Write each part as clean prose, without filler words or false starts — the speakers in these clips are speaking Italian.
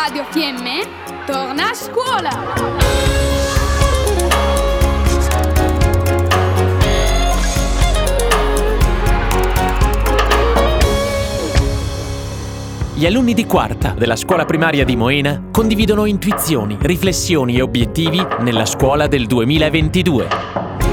Radio Fiemme torna a scuola! Gli alunni di quarta della scuola primaria di Moena condividono intuizioni, riflessioni e obiettivi nella scuola del 2022.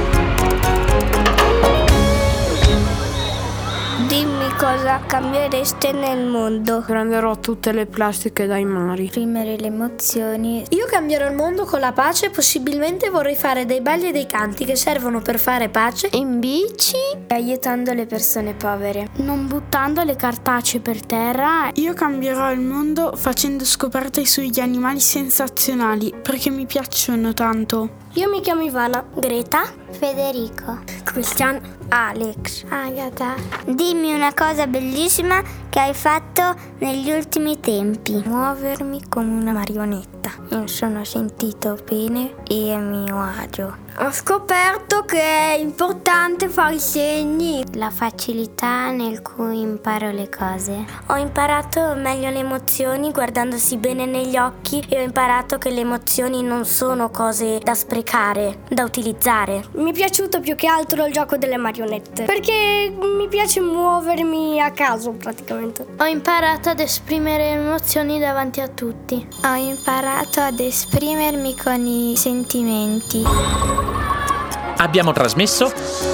Dimmi cosa cambiereste nel mondo. Prenderò tutte le plastiche dai mari. Esprimere le emozioni. Io cambierò il mondo con la pace e possibilmente vorrei fare dei balli e dei canti che servono per fare pace. In bici. Aiutando le persone povere. Non buttando le cartacee per terra. Io cambierò il mondo facendo scoperte sugli animali sensazionali perché mi piacciono tanto. Io mi chiamo Ivana. Greta. Federico. Cristian. Alex. Agatha. Dimmi una cosa bellissima che hai fatto negli ultimi tempi. Muovermi come una marionetta. Mi sono sentito bene e a mio agio. Ho scoperto che è importante fare i segni. La facilità nel cui imparo le cose. Ho imparato meglio le emozioni guardandosi bene negli occhi e ho imparato che le emozioni non sono cose da sprecare, da utilizzare. Mi è piaciuto più che altro il gioco delle marionette perché mi piace muovermi a caso praticamente. Ho imparato ad esprimere emozioni davanti a tutti. Ho imparato ad esprimermi con i sentimenti. Abbiamo trasmesso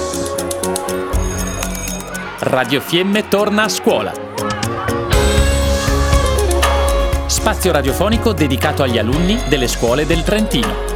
Radio Fiemme torna a scuola. Spazio radiofonico dedicato agli alunni delle scuole del Trentino.